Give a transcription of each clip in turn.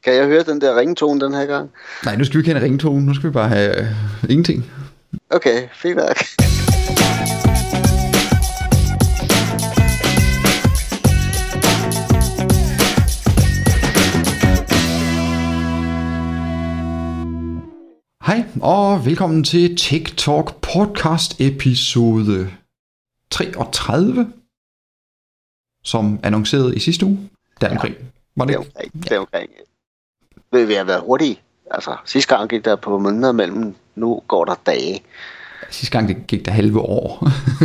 Kan jeg høre den der ringetone den her gang? Nej, nu skal vi ikke have en ringetone. Nu skal vi bare have ingenting. Okay, fint nok. Hej, og velkommen til Tech Talk podcast episode 33, som annonceret i sidste uge. Deromkring. Var det ikke? Deromkring. Vi har været hurtige. Altså, sidste gang gik der på måneder mellem, nu går der dage. Sidste gang det gik der halve år.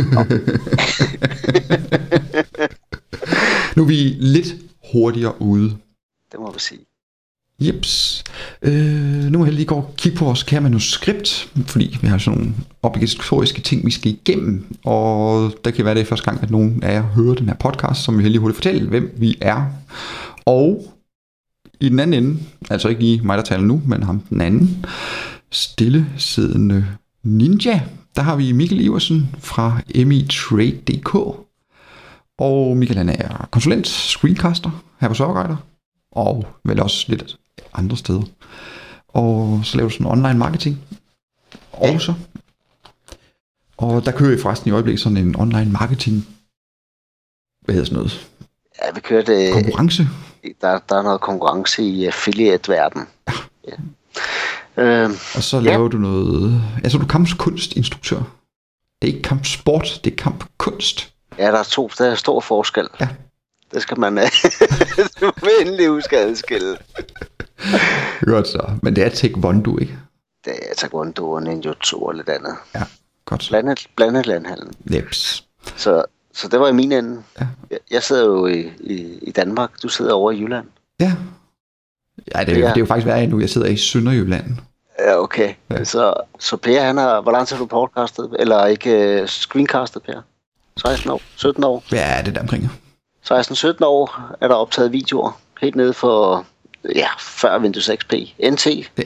Nu er vi lidt hurtigere ude. Det må vi sige. Jeps. Nu må jeg lige gå og kigge på vores kære manuskript, fordi vi har sådan nogle obligatoriske ting, vi skal igennem. Og der kan være det første gang, at nogen af jer hører den her podcast, som vi lige hurtigt fortælle, hvem vi er. Og i den anden ende, altså ikke lige mig, der taler nu, men ham den anden, stillesiddende ninja, der har vi Michael Iversen fra mitrade.dk. Og Michael han er konsulent, screencaster her på Serverguider, og vel også lidt andre steder. Og så laver du sådan online marketing også. Og der kører I forresten i øjeblikket sådan en online marketing, hvad hedder sådan noget? Ja, vi kører det. Konkurrence. Der er noget konkurrence i affiliate-verden. Ja. Og så laver du noget, altså du er kampkunstinstruktør. Det er ikke kampsport, det er kampkunst. Ja, der er stor forskel. Ja. Det skal man endelig huske at adskille. Godt så. Men det er taekwondo, ikke? Det er taekwondo og ninjutsu og lidt andet. Ja, godt. Blandet landhandlen. Jeps. Så det var i min ende. Ja. Jeg sidder jo i Danmark. Du sidder over i Jylland. Ja. Ja, det er jo faktisk værre nu. Jeg sidder i Sønderjylland. Ja, okay. Ja. Så Per, han har... Hvor lang tid har du podcastet? Eller ikke screencastet, Per? 16 år? 17 år? Ja, det er der omkring. 16-17 år er der optaget videoer. Helt nede for... Ja, før Windows XP. NT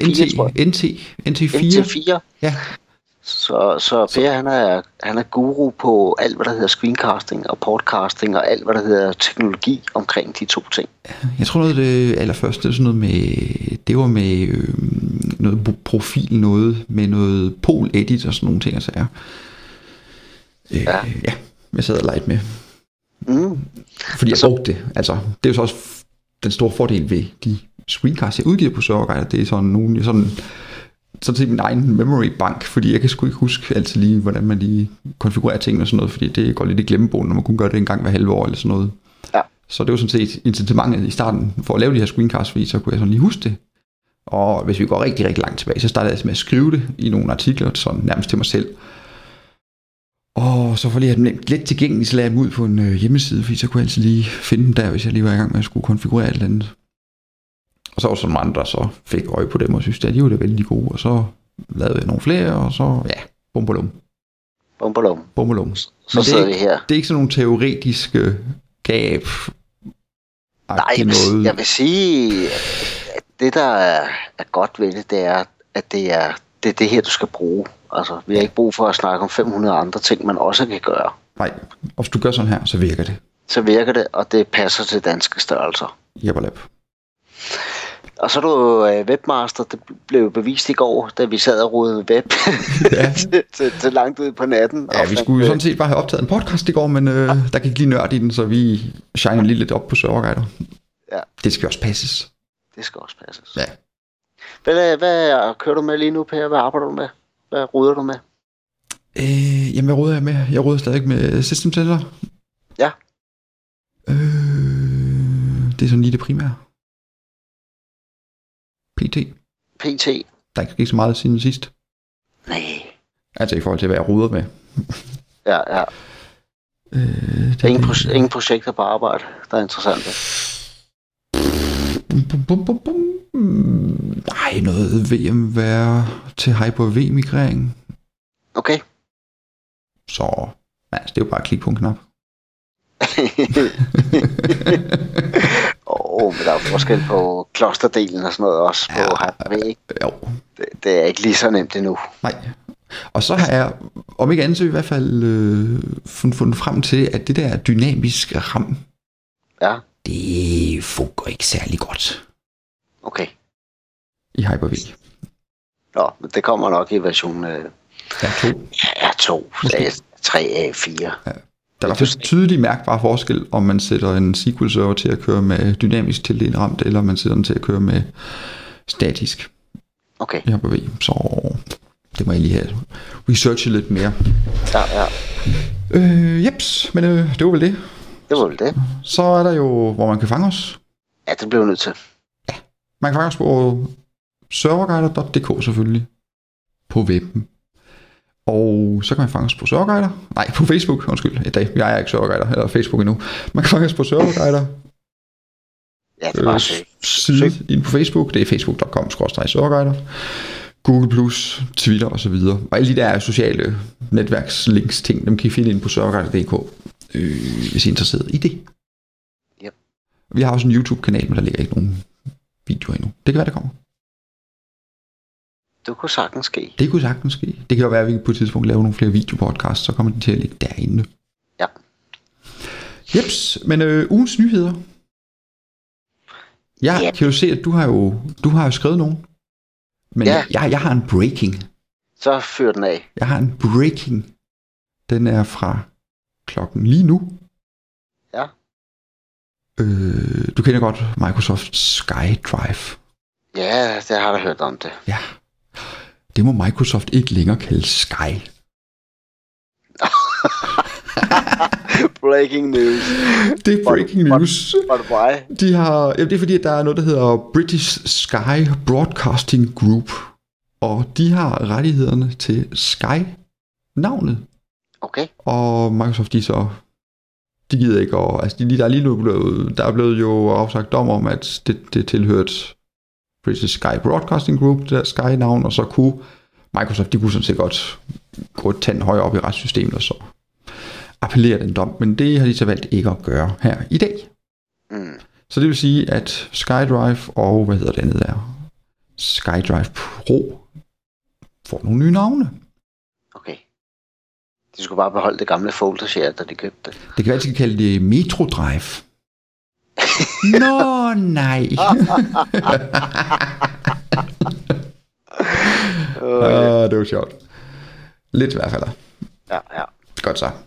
4. Ja. Så Per, han er guru på alt, hvad der hedder screencasting og podcasting og alt, hvad der hedder teknologi omkring de to ting. Jeg tror noget af det allerførste, det er sådan noget med, det var med noget profil, noget med noget pol edit og sådan nogle ting, altså ja, jeg sad og legede med. Fordi jeg brugte det, altså det er jo så også den store fordel ved de screencasts, jeg udgiver på Serverguider, det er sådan nogle, sådan set min egen memory bank, fordi jeg kan sgu ikke huske altid lige, hvordan man lige konfigurerer ting og sådan noget, fordi det går lidt i glemmebogen, når man kun gør det en gang hver halve år eller sådan noget. Ja. Så det var sådan set incitamentet i starten for at lave de her screencasts, fordi så kunne jeg sådan lige huske det. Og hvis vi går rigtig, rigtig langt tilbage, så startede jeg med at skrive det i nogle artikler, sådan nærmest til mig selv. Og så for lige at have dem lidt tilgængeligt, så lagde jeg dem ud på en hjemmeside, fordi så kunne jeg altid lige finde dem der, hvis jeg lige var i gang med at skulle konfigurere et eller andet. Og så var der nogle andre, der så fik øje på dem og synes, at de var det vældig gode. Og så lavede jeg nogle flere, og så, ja, bumbalum. Så sidder vi her. Det er ikke sådan nogle teoretiske gab. Nej, jeg vil sige, at det, der er godt ved det er, at det er det her, du skal bruge. Altså, vi har ikke brug for at snakke om 500 andre ting, man også kan gøre. Nej, og hvis du gør sådan her, så virker det. Så virker det, og det passer til danske størrelser. Jepperlap. Og så er du webmaster, det blev bevist i går, da vi sad og rodede web til langt ud på natten. Ja, vi skulle jo sådan set bare have optaget en podcast i går, men der gik lige nørd i den, så vi shiner lige lidt op på Serverguider. Ja. Det skal også passes. Ja. Hvad kører du med lige nu, Per? Hvad arbejder du med? Hvad roder du med? Jamen, hvad roder jeg med? Jeg roder stadig med System Center. Ja. Det er sådan lige det primære. PT. Der er ikke så meget siden sidst. Nej. Altså i forhold til, hvad jeg roder med. Ja. Ingen projekter på arbejde, der er interessante. Nej, noget VMware til Hyper-V-migrering. Okay. Så, altså det er jo bare at klikke på en knap. Men der er forskel på klosterdelen og sådan noget også på Hyper-V. Jo. Det er ikke lige så nemt endnu. Nej. Og så har jeg, om ikke andet, så i hvert fald fundet frem til, at det der dynamiske RAM, ja, det fungerer ikke særlig godt. Okay. i Hyper-V. Nå, men det kommer nok i version... R2. R2, 3A, 4. Ja. Der er i hvert fald tydelig mærkbar forskel, om man sætter en SQL-server til at køre med dynamisk tildelt ramt, eller man sætter den til at køre med statisk. Okay. I Hyper-V. Så det må jeg lige have researchet lidt mere. Ja. Jeps, men det var vel det. Det var vel det. Så er der jo, hvor man kan fange os. Ja, det bliver vi nødt til. Ja, man kan fange os på serverguider.dk selvfølgelig. På webben. Og så kan man fange os på Serverguider. Nej, på Facebook, undskyld. I dag. Jeg er ikke Serverguider eller Facebook endnu. Man kan fange os på Serverguider. Ja, det er bare side inde på Facebook. Det er facebook.com/Serverguider. Google+, Twitter og så videre. Og alle de der sociale netværkslinks ting, dem kan I finde inde på serverguider.dk, hvis I er interesseret i det. Yep. Vi har også en YouTube-kanal, men der ligger ikke nogen videoer endnu. Det kan være, det kommer. Det kunne sagtens ske. Det kunne sagtens ske. Det kan jo være, at vi på et tidspunkt laver nogle flere videopodcasts, så kommer de til at ligge derinde. Ja. Jeps, men ugens nyheder. Jeg kan jo se, at du har jo skrevet nogen. Men jeg har en breaking. Så fyr den af. Jeg har en breaking. Den er fra klokken lige nu. Ja. Du kender godt Microsoft SkyDrive. Ja, det har jeg hørt om det. Ja. Det må Microsoft ikke længere kalde Sky. Breaking news. Det er breaking news. Why? Det er fordi, at der er noget, der hedder British Sky Broadcasting Group. Og de har rettighederne til Sky-navnet. Okay. Og Microsoft, de gider ikke. Og, altså, der er blevet jo afsagt dom om, at det tilhørte British Sky Broadcasting Group, det der Sky-navn, og så kunne Microsoft, de kunne sådan set godt gå et tand højere op i retssystemet, og så appellere den dom, men det har de så valgt ikke at gøre her i dag. Så det vil sige, at SkyDrive og, det andet der, SkyDrive Pro får nogle nye navne. Okay. De skulle bare beholde det gamle folder-share, da de købte det. Det kan være, at de skal kalde det MetroDrive. Nå, nej. Det var sjovt. Lidt i hvert fald. Ja. Godt så.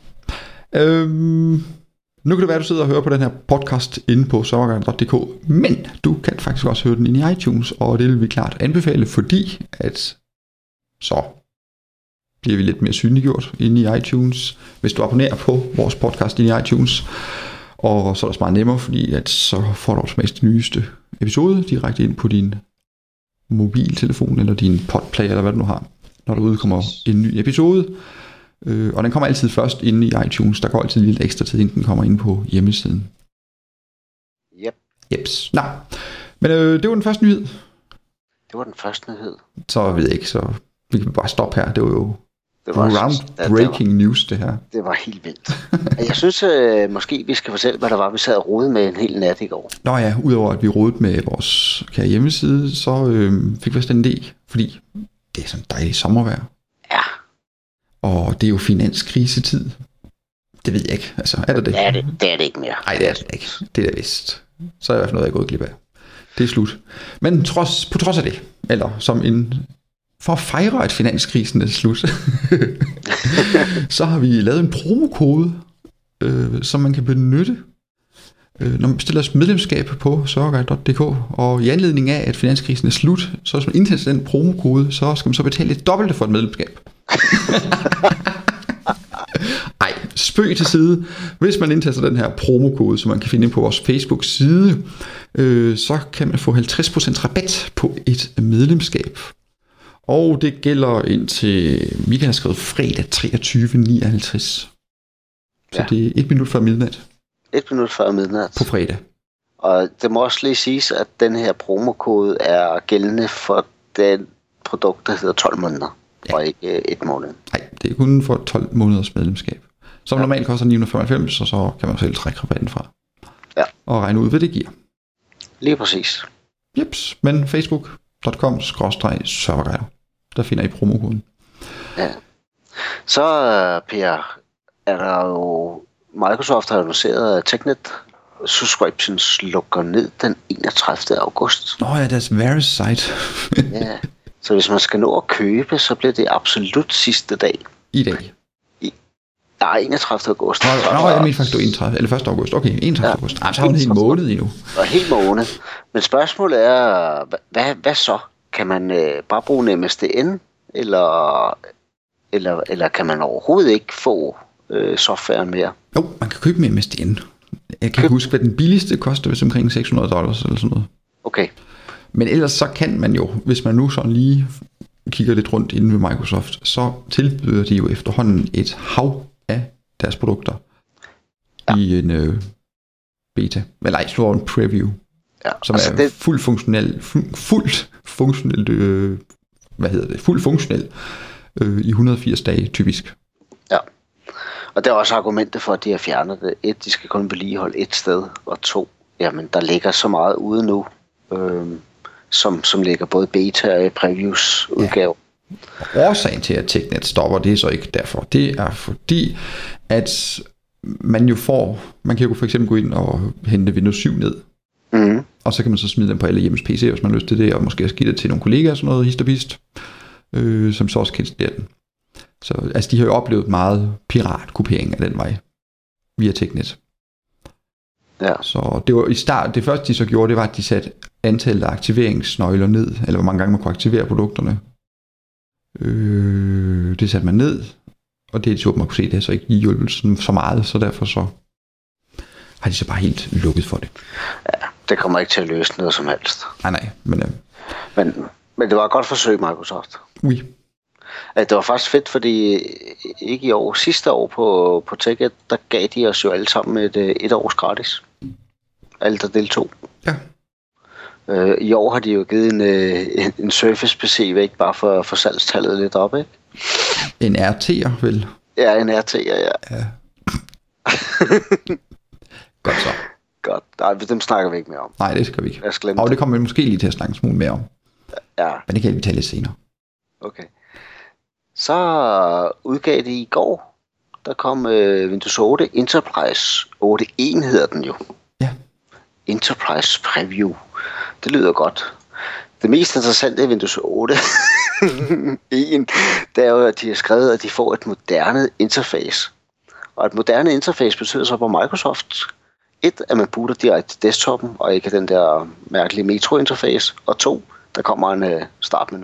Nu kan det være, at du sidder og hører på den her podcast inde på serverguider.dk, men du kan faktisk også høre den inde i iTunes, og det vil vi klart anbefale, fordi at så bliver vi lidt mere synliggjort inde i iTunes, hvis du abonnerer på vores podcast inde i iTunes. Og så er det også meget nemmere, fordi at så får du automatisk den nyeste episode direkte ind på din mobiltelefon eller din podplayer, eller hvad du nu har, når der udkommer en ny episode. Og den kommer altid først inde i iTunes. Der går altid en lille ekstra tid, inden den kommer ind på hjemmesiden. Yep. Jeps. Nå. Men det var den første nyhed. Det var den første nyhed. Så ved jeg ikke, så vi kan bare stoppe her. Det var jo groundbreaking news, det her. Det var helt vildt. Jeg synes måske, vi skal fortælle, hvad der var, vi sad og rodede med en hel nat i går. Nå ja, udover at vi rodede med vores kære hjemmeside, så fik vi også den idé, fordi det er sådan dejligt sommervejr. Ja. Og det er jo finanskrisetid. Det ved jeg ikke. Altså, er det? Det er det ikke mere. Nej, det er det ikke. Det er da vist. Så er i hvert fald noget, jeg er gået glip af. Det er slut. Men på trods af det, eller som en... For at fejre, at finanskrisen er slut, så har vi lavet en promokode, som man kan benytte, når man bestiller medlemskab på serverguide.dk. Og i anledning af, at finanskrisen er slut, så hvis man indtaster den promokode, så skal man så betale det dobbelte for et medlemskab. Ej, spøg til side. Hvis man indtaster den her promokode, som man kan finde på vores Facebook-side, så kan man få 50% rabat på et medlemskab. Og det gælder indtil, Michael har skrevet fredag 23.59. Så det er 1 minut før midnat. 1 minut før midnat. På fredag. Og det må også lige siges, at den her promokode er gældende for den produkt, der hedder 12 måneder. Ja. Og ikke 1 måned. Nej, det er kun for 12 måneders medlemskab. Som normalt koster 995, og så kan man selv trække rabatten fra. Ja. Og regne ud, hvad det giver. Lige præcis. Jeps, men facebook.com/serverguider. Der finder I promokoden. Ja. Så Per, er der jo... Microsoft har annonceret TechNet subscriptions lukker ned den 31. august. Nå ja, deres Varus site. Ja, så hvis man skal nå at købe, så bliver det absolut sidste dag. I dag? Nej, 31. august. Nå, jeg mener faktisk, det var 31, eller 1. august. Okay, 31. august. Så har hun en hel måned endnu. Og en hel måned. Men spørgsmålet er, hvad så? Kan man bare bruge MSDN, eller kan man overhovedet ikke få softwaren mere? Jo, man kan købe med MSDN. Jeg kan huske, hvad den billigste koster, hvis omkring $600 eller sådan noget. Okay. Men ellers så kan man jo, hvis man nu sådan lige kigger lidt rundt inde ved Microsoft, så tilbyder de jo efterhånden et hav af deres produkter i en beta, eller så en preview, som altså er fuldt funktionel i 180 dage typisk. Ja. Og det er også argumentet for, at de har fjernet det. 1, de skal kun vedligeholde et sted, og 2, jamen der ligger så meget ude nu, som ligger både beta og previews udgave. Årsagen til, at TechNet stopper, det er så ikke derfor. Det er fordi, at man kan jo for eksempel gå ind og hente Windows 7 ned, og så kan man så smide dem på alle hjemmes PC, hvis man har lyst til det, og måske give det til nogle kollegaer, sådan noget hist og pist, som så også kan installere den. Så altså, de har jo oplevet meget piratkopiering af den vej, via TechNet. Ja. Så det var i start, det første de så gjorde, det var, at de satte antallet af aktiveringsnøgler ned, eller hvor mange gange man kunne aktivere produkterne. Det satte man ned, og det så man kunne se, det har så ikke hjulpet så meget, så derfor så har de så bare helt lukket for det. Ja, det kommer ikke til at løse noget som helst. Nej, men det var et godt forsøg, Microsoft. Oui. Det var faktisk fedt, fordi ikke i år, sidste år på TechNet, der gav de os jo alle sammen et års gratis. Alle der deltog. Ja. I år har de jo givet en Surface PC væk, bare for at få salgstallet lidt op, ikke? En RT'er, vel? Ja, en RT'er, ja. Godt så. Godt. Nej, dem snakker vi ikke mere om. Nej, det skal vi ikke. Og det kommer vi måske lige til at snakke en smule mere om. Ja. Men det kan vi tale lidt senere. Okay. Så udgav det i går. Der kom Windows 8 Enterprise 8.1 hedder den jo. Ja. Enterprise Preview. Det lyder godt. Det mest interessante i Windows 8 det er jo, at de har skrevet, at de får et moderne interface. Og et moderne interface betyder så på Microsoft 1, at man booter direkte til desktoppen, og ikke den der mærkelige Metro-interface. Og 2, der kommer en startmenu.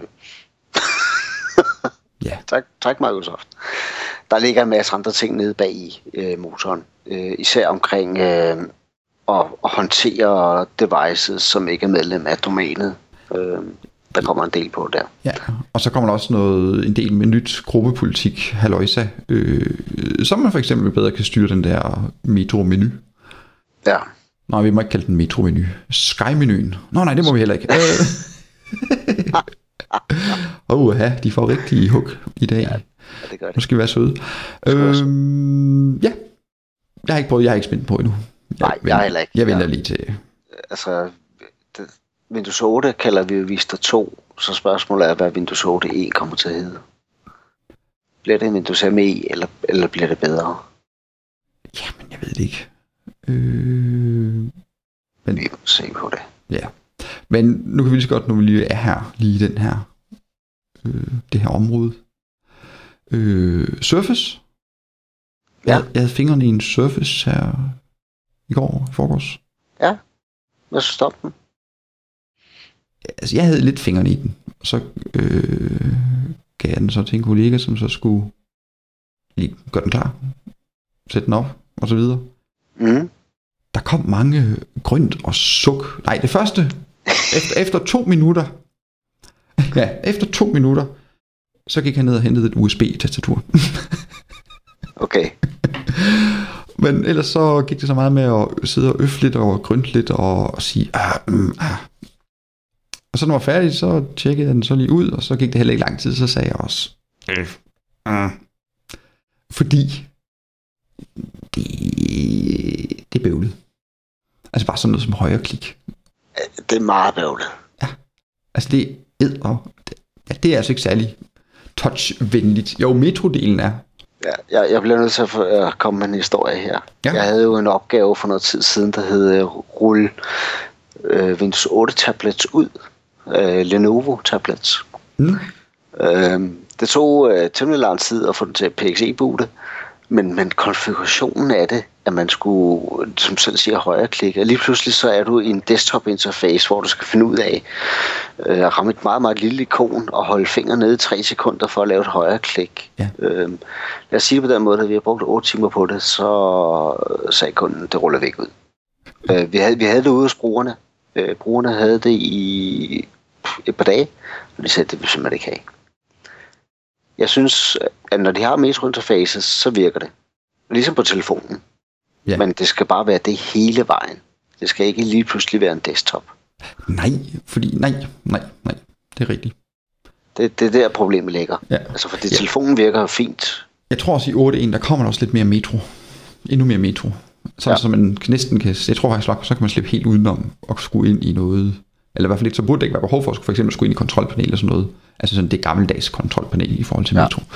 Ja. Tak Microsoft. Der ligger en masse andre ting nede bag i motoren. Især omkring at håndtere devices, som ikke er medlem af domænet. Der kommer en del på der. Ja, og så kommer der også en del med nyt gruppepolitik, halløjsa, så man for eksempel bedre kan styre den der metro-menu. Ja. Nej, vi må ikke kalde den metro-menu. Sky-menuen. Nej, det må vi heller ikke. De får rigtig hug i dag. Ja, det gør det. Nu skal vi være søde. Ja. Jeg har ikke prøvet, jeg har ikke spændt på endnu. Nej, jeg heller ikke. Jeg venter lige til. Altså, Windows 8 kalder vi jo Vista 2, så spørgsmålet er, hvad Windows 8.1 kommer til at hedde. Bliver det Windows ME, eller bliver det bedre? Jamen, jeg ved det ikke. Men vi må se på det. Ja. Men nu kan vi lige så godt, når vi lige er her, lige den her, det her område. Surface. Ja. Jeg havde fingrene i en Surface her i forgårs. Ja. Hvad så stoppe den? Altså, jeg havde lidt fingrene i den. Så gav jeg den så til en kollega, som så skulle lige gøre den klar. Sætte den op, og så videre. Mm. Der kom mange grynt og suk. Nej, det første, efter 2 minutter, efter 2 minutter, så gik han ned og hentede et USB-tastatur. Okay. Men ellers så gik det så meget med at sidde og øffe lidt og grynte lidt og sige, Og så når jeg var færdig, så tjekkede jeg den så lige ud, og så gik det heller ikke lang tid, så sagde jeg også, fordi det er bøvlet. Altså bare sådan noget som højre klik. Det er meget bøvlet. Ja, altså det er altså ikke særlig touchvenligt. Jo, metrodelen er. Ja, jeg bliver nødt til at komme med en historie her. Ja. Jeg havde jo en opgave for noget tid siden, der hed rulle Windows 8 tablets ud. Lenovo tablets. Det tog temmelig lang tid at få det til at PXE-boote, men konfigurationen af det, at man skulle, som selv siger, højreklikke, og lige pludselig så er du i en desktop-interface, hvor du skal finde ud af at ramme et meget, meget lille ikon og holde fingeren nede i 3 sekunder for at lave et højreklik. Ja. Lad os sige på den måde, at vi har brugt 8 timer på det, så sagde kunden, det ruller væk ud. Vi havde det ude hos brugerne. Brugerne havde det i et par dage, og de sagde, det vil simpelthen ikke have. Jeg synes, at når de har metro-interfaces, så virker det. Ligesom på telefonen. Ja. Men det skal bare være det hele vejen. Det skal ikke lige pludselig være en desktop. Nej, nej, det er rigtigt. Det er der problemet ligger. Ja. Altså fordi telefonen virker jo fint. Jeg tror også i 8.1, der kommer der også lidt mere metro. Endnu mere metro. Så man næsten kan, jeg tror faktisk, så kan man slippe helt udenom og skulle ind i noget. Eller i hvert fald ikke, så burde det ikke være behov for at for eksempel skulle ind i kontrolpanel og sådan noget. Altså sådan det gammeldags kontrolpanel i forhold til metro.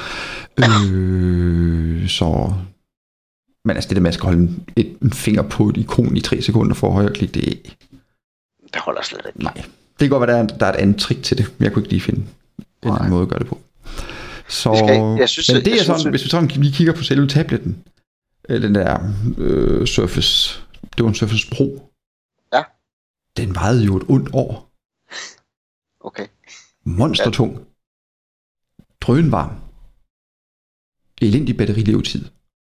Så... Men altså det der med at skal holde en finger på et ikon i 3 sekunder for at højreklik, det holder slet ikke. Nej. Det kan godt være, der er et andet trick til det. Jeg kunne ikke lige finde en anden måde at gøre det på. Så... men det er sådan, hvis vi sådan lige kigger på selve tabletten, den der Surface, det var en Surface Pro. Ja. Den vejede jo et ondt år. Okay. Monstertung. Drønvarm. Elendig batterilevetid.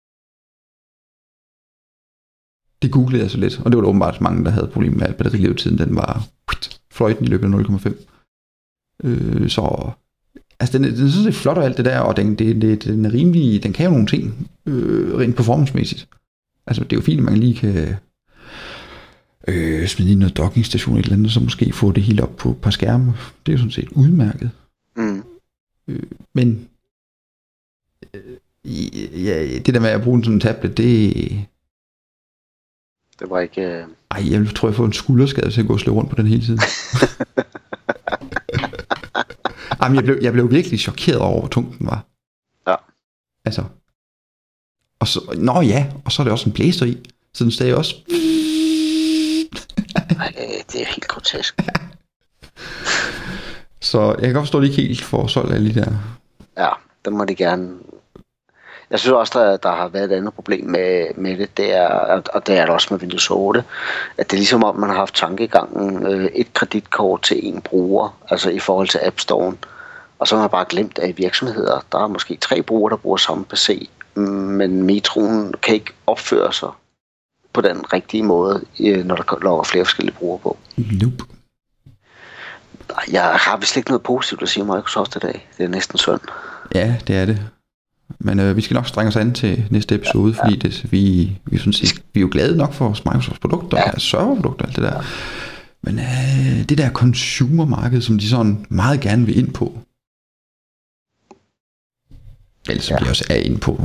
Det googlede jeg så lidt, og det var der åbenbart mange, der havde problemer med, at batterilevetiden den var fløjten i løbet af 0,5. Så altså den synes jeg er flot og alt det der, og den er rimelig, den kan jo nogle ting rent performancemæssigt. Altså det er jo fint, at man lige kan smide ind noget dockingstation eller andet, så måske få det hele op på et par skærme. Det er jo sådan set udmærket. Men det der med at bruge sådan en tablet, det var ikke... jeg tror, jeg får en skulderskade til at gå og slå rundt på den hele tiden. Jamen, jeg blev virkelig chokeret over, hvor tung den var. Ja. Altså. Og så, og så er det også en blæser i. Så den stadig også... det er helt grotesk. Så jeg kan godt forstå, at de ikke helt får solgt alle de der... Ja, det må de gerne... Jeg synes også, der har været et andet problem med det, det er, og det er der også med Windows 8, at det er ligesom om, man har haft tankegangen et kreditkort til en bruger, altså i forhold til App Store'en, og så har man bare glemt, at i virksomheder, der er måske 3 brugere, der bruger samme PC, men metroen kan ikke opføre sig på den rigtige måde, når der logger flere forskellige brugere på. Nope. Jeg har vist ikke noget positivt at sige om Microsoft i dag. Det er næsten synd. Ja, det er det. Men vi skal nok strenge os an til næste episode, fordi vi er jo glade nok for Microsofts produkter, serverprodukter og alt det der. Men det der consumermarked, som de sådan meget gerne vil ind på, eller som de også er inde på,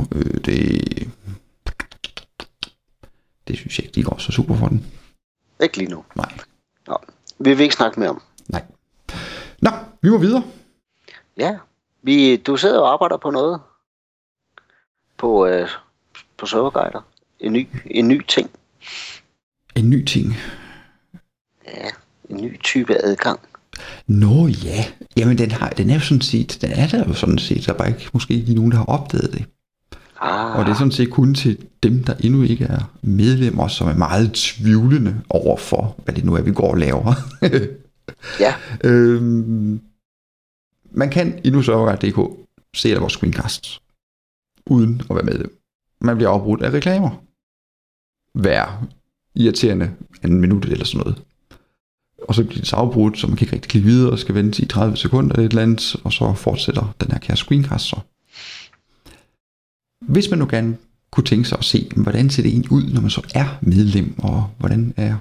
det synes jeg ikke, de går så super for den. Ikke lige nu. Nej. Nå, vi vil ikke snakke mere om. Nej. Nå, vi må videre. Ja, du sidder og arbejder på noget. På serverguider. En ny ting. En ny ting? Ja, en ny type adgang. Nå ja, jamen den er jo sådan set, den er der jo sådan set, der er bare ikke måske lige nogen, der har opdaget det. Og det er sådan set kun til dem, der endnu ikke er medlemmer, som er meget tvivlende over for, hvad det nu er, vi går og laver. Ja. Man kan i nu serverguide.dk se af vores screencasts uden at være medlem. Man bliver afbrudt af reklamer. Hver irriterende en minut eller sådan noget. Og så bliver det så afbrudt, så man kan ikke rigtig klikke videre og skal vente i 30 sekunder eller et eller andet, og så fortsætter den her kære screencast så. Hvis man nu gerne kunne tænke sig at se, hvordan ser det egentlig ud, når man så er medlem, og hvordan er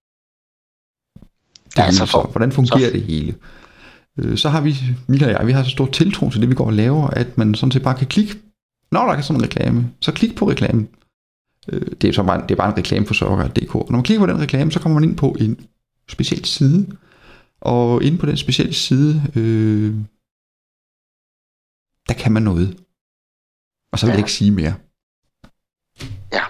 det så hvordan fungerer det hele? Så har vi, Mila og jeg, vi har så stor tiltro til det, vi går og laver, at man sådan set bare kan klikke. Når der er sådan en reklame, så klik på reklamen. Det er bare en reklame på serverguide.dk. Når man klikker på den reklame, så kommer man ind på en speciel side. Og inde på den specielle side, der kan man noget. Og så vil jeg ikke sige mere. Ja.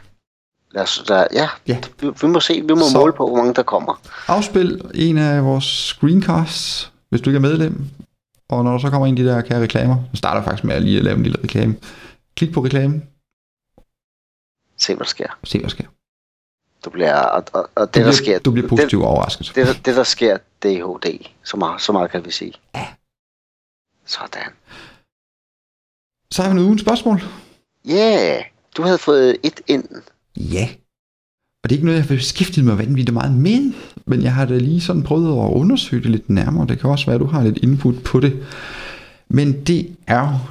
Vi må se, vi må måle på, hvor mange der kommer. Afspil en af vores screencasts, hvis du ikke er medlem. Og når der så kommer ind de der kære reklamer, så starter jeg faktisk med at lige at lave en lille reklame. Klik på reklamen. Se, hvad der sker. Du bliver positivt overrasket. Det der sker, det er HD. Så meget kan vi sige. Ja. Sådan. Så har vi noget ugens spørgsmål. Yeah, du havde fået et ind. Ja. Og det er ikke noget, jeg har beskæftiget mig vanvittigt meget med, men jeg har da lige sådan prøvet at undersøge det lidt nærmere. Det kan også være, at du har lidt input på det. Men det er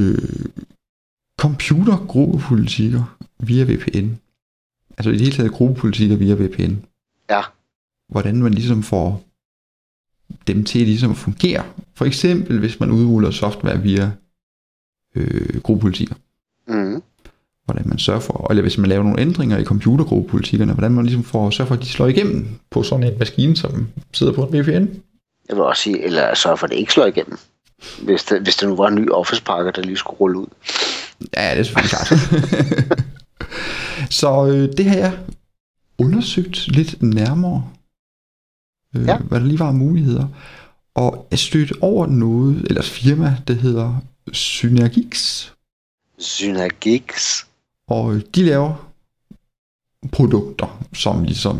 computergruppepolitikker via VPN. Altså i det hele taget gruppepolitikker via VPN. Ja. Hvordan man ligesom får dem til ligesom at fungere. For eksempel, hvis man udruller software via gruppepolitikker. Mhm. Hvordan man sørger for, eller hvis man laver nogle ændringer i computergruppepolitikkerne, hvordan man ligesom får sørge for, at de slår igennem på sådan en maskine, som sidder på en VPN. Jeg vil også sige, eller sørge for, at det ikke slår igennem. Hvis det nu var en ny Office-pakke, der lige skulle rulle ud. Ja, det er selvfølgelig klart. Så det har jeg undersøgt lidt nærmere, hvad der lige var af muligheder. Og jeg stødte over noget, eller et firma, der hedder Synergix. Synergix. Og de laver produkter, som ligesom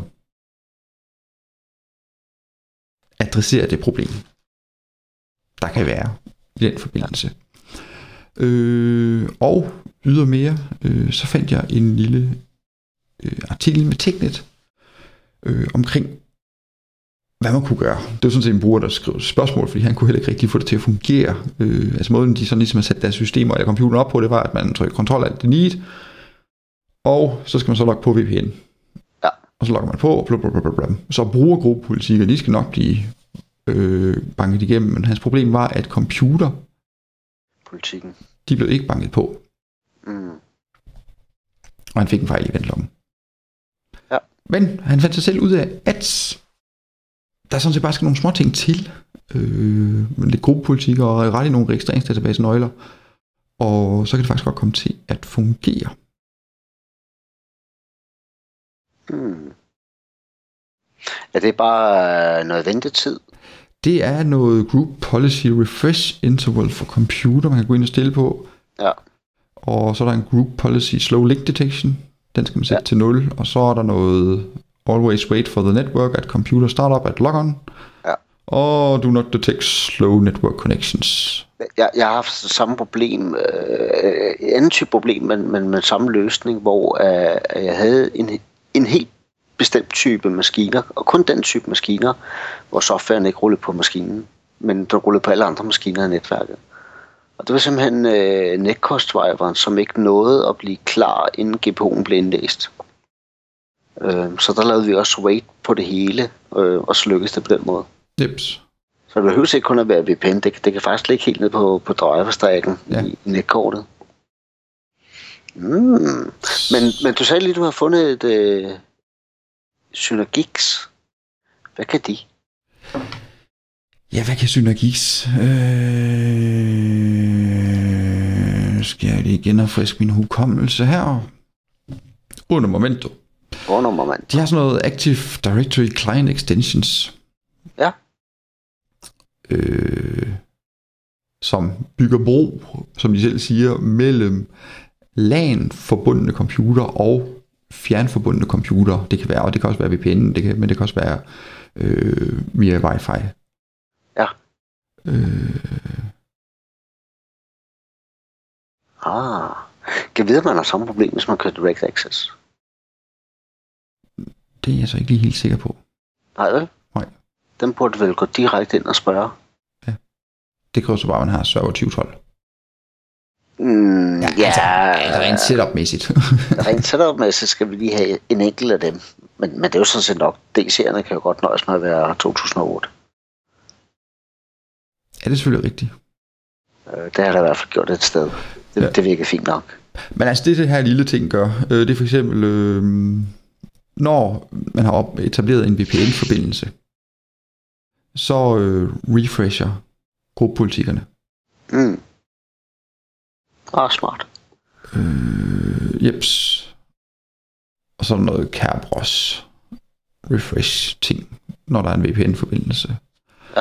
adresserer det problem, der kan være i den forbindelse. Og ydermere, så fandt jeg en lille artikel med Teknet omkring, hvad man kunne gøre. Det var sådan set en bruger, der skrev spørgsmål, fordi han kunne heller ikke rigtig få det til at fungere. Altså måden, de sådan ligesom har sat deres systemer eller computeren op på, det var, at man trykker Ctrl-Alt-Delete, og så skal man så logge på VPN. Ja. Og så logger man på, og blablabla. Så brugergruppepolitikker, de skal nok blive banket igennem, men hans problem var, at computerpolitikken, de blev ikke banket på. Mm. Og han fik en fejl i ventloggen. Ja. Men han fandt sig selv ud af, at der sådan set bare skal nogle små ting til. Lidt gruppepolitik og ret i nogle registreringsdatabase-nøgler. Og så kan det faktisk godt komme til at fungere. Hmm. Er det bare noget ventetid? Det er noget Group Policy Refresh Interval for computer, man kan gå ind og stille på. Ja. Og så er der en Group Policy Slow Link Detection. Den skal man sætte til 0. Og så er der noget Always Wait for the Network at Computer Startup at Logon. Ja. Og Do Not Detect Slow Network Connections. Jeg har haft samme problem, anden type problem, men med samme løsning, hvor jeg havde en helt bestemt type maskiner, og kun den type maskiner, hvor softwaren ikke rullede på maskinen, men der rullede på alle andre maskiner i netværket. Og det var simpelthen netcost-driveren, som ikke nåede at blive klar, inden GPU'en blev indlæst. Så der lavede vi også wait på det hele, og så lykkedes det på den måde. Jeps. Så det behøver ikke kun at være VPN, det kan faktisk ligge helt ned på driverstacken i netkortet. Men du sagde lige, du har fundet et Synergix. Hvad kan de? Ja, hvad kan Synergix? Skal jeg lige genopfriske min hukommelse her? Under momento. De har sådan noget Active Directory Client Extensions. Ja. Som bygger bro, som de selv siger, mellem LAN-forbundne computer og fjernforbundne computer. Det kan være, og det kan også være VPN, men det kan også være via Wi-Fi. Ja. Kan vide, at man har samme problem, hvis man kører Direct Access? Det er jeg så ikke lige helt sikker på. Nej, vel? Nej. Den burde vel gå direkte ind og spørge. Ja. Det kræver så bare, at man har server 2012. Altså, rent setup-mæssigt. Rent setup-mæssigt skal vi lige have en enkelt af dem. Men det er jo sådan set nok. D-serierne kan jo godt nøjes med at være 2008. Ja, det er selvfølgelig rigtigt. Det har der i hvert fald gjort et sted. Det virker fint nok. Men altså det her lille ting gør, det er for eksempel, når man har etableret en VPN-forbindelse, så refresher gruppepolitikkerne. Smart. Jeps. Og så er der noget Kerberos refresh ting, når der er en VPN-forbindelse. Ja.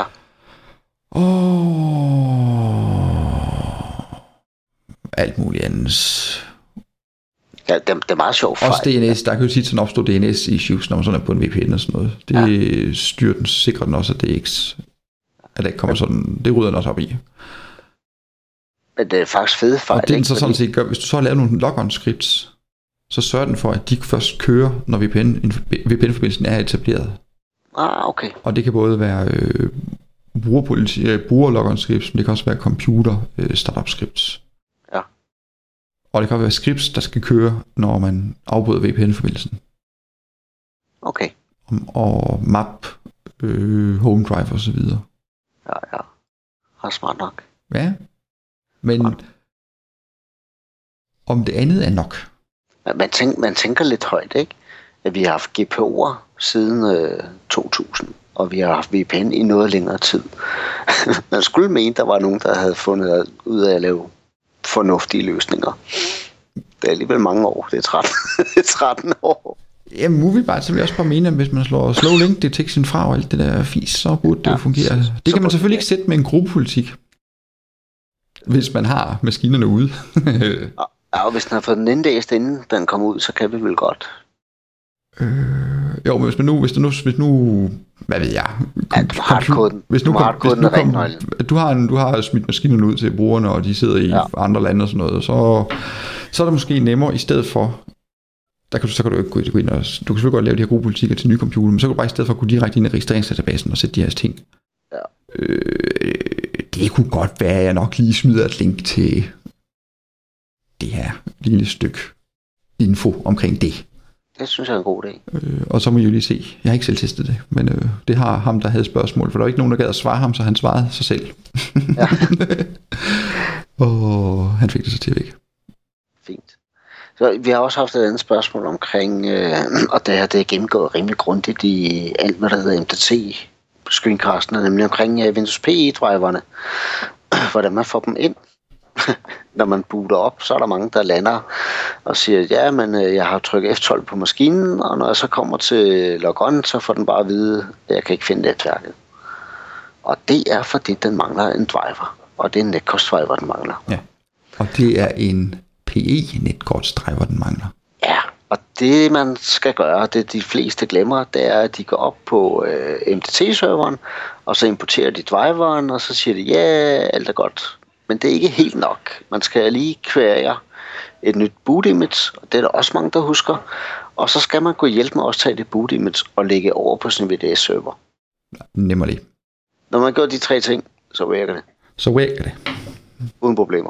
Alt muligt andet. Ja, det er meget sjovt. Også DNS, der kan jo tit sådan opstå DNS-issues, når man sådan er på en VPN og sådan noget. Det styrer den, sikrer den også, at det ikke, at det kommer sådan, det rydder den også op i. Men det er faktisk fede fejl. Og det den så sådan set gør, hvis du så har lavet nogle logon-scripts, så sørger den for, at de først kører, når VPN-forbindelsen er etableret. Okay. Og det kan både være bruger-logon-scripts, men det kan også være computer-startup-scripts. Ja. Og det kan også være scripts, der skal køre, når man afbryder VPN-forbindelsen. Okay. Og map, home drive og så videre. Ja. Det er smart nok. Ja. Men om det andet er nok. Man tænker lidt højt, ikke? At vi har haft GPO'er siden 2000, og vi har haft VPN i noget længere tid. Man skulle mene, der var nogen, der havde fundet ud af at lave fornuftige løsninger. Det er alligevel mange år. Det er 13 år. Jamen, umiddelbart, så vil jeg også bare mene, at hvis man slår slow link detection fra og alt det der fis, så burde det jo fungere. Det kan man selvfølgelig ikke sætte med en gruppepolitik, hvis man har maskinerne ude. Og hvis den har fået den indlæst, inden den kommer ud, så kan vi vel godt. Jo, men hvis nu, hvad ved jeg? Du har smidt maskinerne ud til brugerne, og de sidder i andre lande og sådan noget, så er det måske nemmere i stedet for. Så kan du ikke gå ind og du kan selvfølgelig godt lave de her gode politikker til nye computer, men så kan du bare i stedet for gå direkte ind i registreringsdatabasen og sætte de her ting. Ja. Det kunne godt være, at jeg nok lige smider et link til det her lille stykke info omkring det. Det synes jeg er en god idé. Og så må I jo lige se. Jeg har ikke selv testet det, men det har ham, der havde spørgsmål, for der var ikke nogen, der gad at svare ham, så han svarede sig selv. Ja. Og han fik det så til væk. Fint. Så vi har også haft et andet spørgsmål omkring, og det er gennemgået rimelig grundigt i alt, hvad der hedder MDT screencastene, nemlig omkring Windows PE-driverne. Hvordan man får dem ind. Når man booter op, så er der mange, der lander og siger, ja, men jeg har trykket F12 på maskinen, og når jeg så kommer til logon, så får den bare at vide, at jeg kan ikke finde netværket. Og det er, fordi den mangler en driver, og det er en netkortsdriver, den mangler. Ja, og det er en PE-netkortsdriver, den mangler. Ja, og det man skal gøre, det de fleste glemmer, det er, at de går op på MDT-serveren, og så importerer de driveren, og så siger de, ja, alt er godt. Men det er ikke helt nok. Man skal lige query et nyt boot image, og det er der også mange, der husker. Og så skal man gå hjælpe med at tage det boot image og lægge over på sin VDS-server. Nemlig. Når man gør de 3 ting, så virker det. Uden problemer.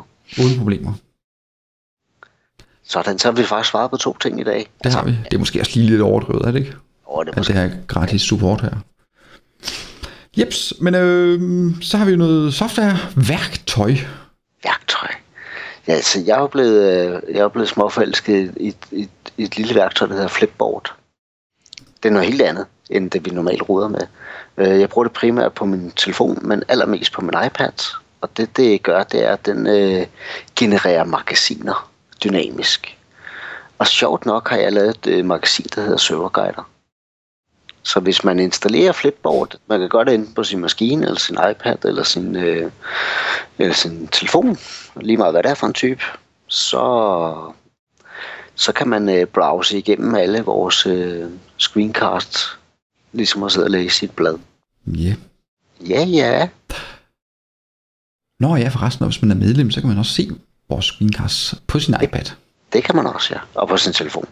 Sådan, så har vi faktisk svaret på 2 ting i dag. Det har vi. Det er måske også lige lidt overdrevet, er det ikke? Det her gratis support her. Jeps, men så har vi jo noget software-værktøj. Ja, altså jeg er blevet småforelsket i et lille værktøj, der hedder Flipboard. Det er noget helt andet, end det vi normalt ruder med. Jeg bruger det primært på min telefon, men allermest på min iPad. Og det gør, det er, at den genererer magasiner dynamisk. Og sjovt nok har jeg lavet et magasin, der hedder Serverguider. Så hvis man installerer Flipboard, man kan gøre det enten på sin maskine, eller sin iPad, eller sin telefon, lige meget hvad det er for en type, så kan man browse igennem alle vores screencasts, ligesom at sidde og læse i et blad. Ja. Ja. Nå ja, forresten, hvis man er medlem, så kan man også se vores screencasts på sin iPad. Det kan man også, ja. Og på sin telefon.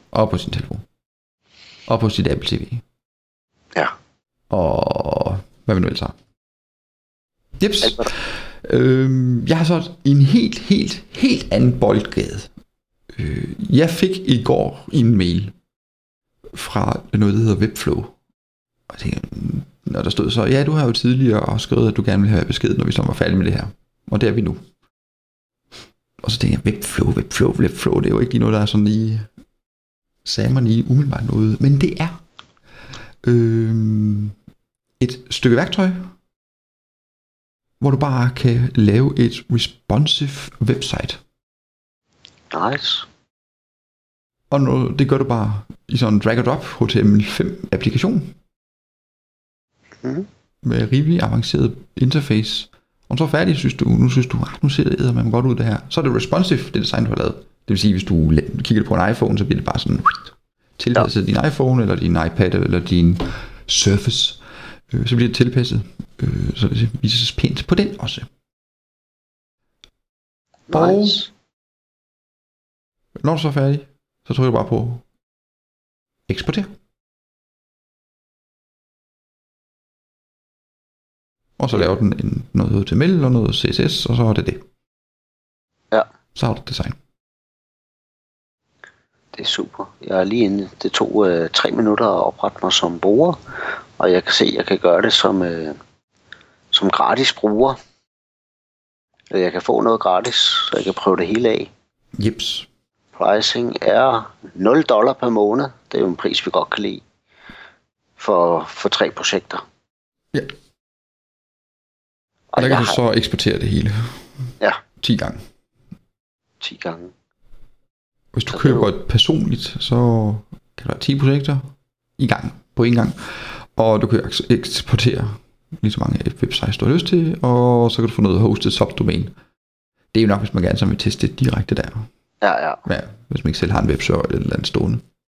Og på sit Apple TV. Ja. Og hvad vi nu ellers har. Jeps. Jeg har så en helt anden boldgade. Jeg fik i går en mail fra noget, der hedder Webflow. Og der stod så, ja, du har jo tidligere skrevet, at du gerne vil have besked, når vi så var færdige med det her. Og det er vi nu. Og så tænkte jeg, Webflow, det er jo ikke lige noget, der er sådan lige, sagde man lige umiddelbart noget. Men det er et stykke værktøj, hvor du bare kan lave et responsive website. Nice. Og det gør du bare i sådan en drag-and-drop HTML5 applikation. Med rimelig avanceret interface. Og så er færdig, synes du, nu ser det eddermame godt ud det her. Så er det responsive, det design, du har lavet. Det vil sige, hvis du kigger på en iPhone, så bliver det bare sådan tilpasset din iPhone, eller din iPad, eller din Surface. Så bliver det tilpasset, så det vises pænt på den også. Nice. Og når du så er færdig, så trykker du bare på eksporter. Og så laver den noget HTML og noget CSS, og så er det. Ja. Så har du design. Det er super. Jeg er lige inde. Det tog 3 minutter at oprette mig som bruger, og jeg kan se, at jeg kan gøre det som gratis bruger. Jeg kan få noget gratis, så jeg kan prøve det hele af. Jeps. Pricing er $0 per måned. Det er jo en pris, vi godt kan lide. For 3 projekter. Ja. Og der kan du så eksportere det hele. Ja. 10 gange. 10 gange. Hvis du køber et personligt, så kan der være 10 projekter på en gang. Og du kan eksportere lige så mange websites, du har lyst til, og så kan du få noget hosted subdomæne. Det er jo nok, hvis man gerne vil teste det direkte der. Ja. Hvis man ikke selv har en webserver eller et eller andet stående.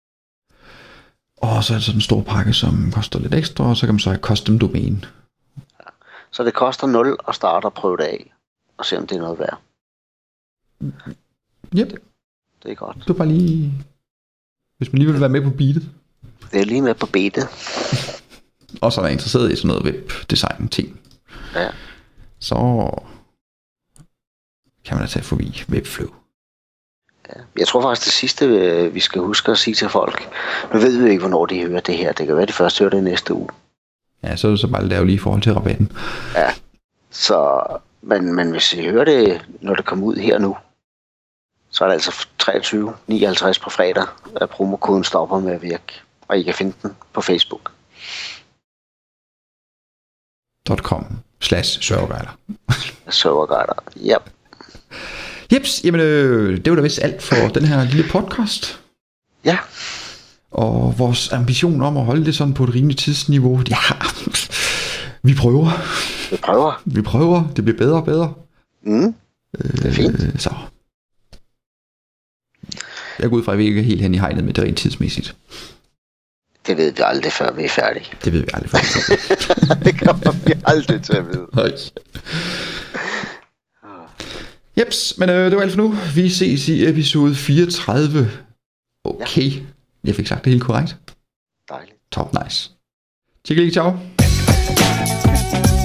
Og så er det sådan en stor pakke, som koster lidt ekstra, og så kan man så have custom domæne. Ja. Så det koster 0 at starte og prøve det af, og se om det er noget værd. Yep. Det er godt. Det er bare lige, hvis man lige vil være med på beatet. Det er lige med på beatet. Og så er jeg interesseret i sådan noget webdesign ting. Ja. Så kan man da tage forbi Webflow. Ja. Jeg tror faktisk det sidste, vi skal huske at sige til folk. Nu ved vi ikke, hvornår de hører det her. Det kan være, de først hører det næste uge. Ja, så er det så bare lave lige i forhold til rabatten. Ja. Så, men hvis I hører det, når det kommer ud her nu, så er det altså 23,59 på fredag, at promokoden stopper med at virke. Og I kan finde den på Facebook. .com/serverguider. Serverguider, ja. Jeps, jamen det var da vist alt for den her lille podcast. Ja. Og vores ambition om at holde det sådan på et rimeligt tidsniveau, ja, vi prøver. Vi prøver, det bliver bedre og bedre. Det er fint. Så. Jeg går ud fra, at vi ikke er helt hen i hegnet med det rent tidsmæssigt. Det ved vi aldrig, før vi er færdige. Det ved vi aldrig, før vi er færdige. Det kommer vi aldrig til at vide. Nej. Jeps, men det var alt for nu. Vi ses i episode 34. Okay, ja. Jeg fik sagt det helt korrekt. Dejligt. Top nice. Tjek lige, ciao.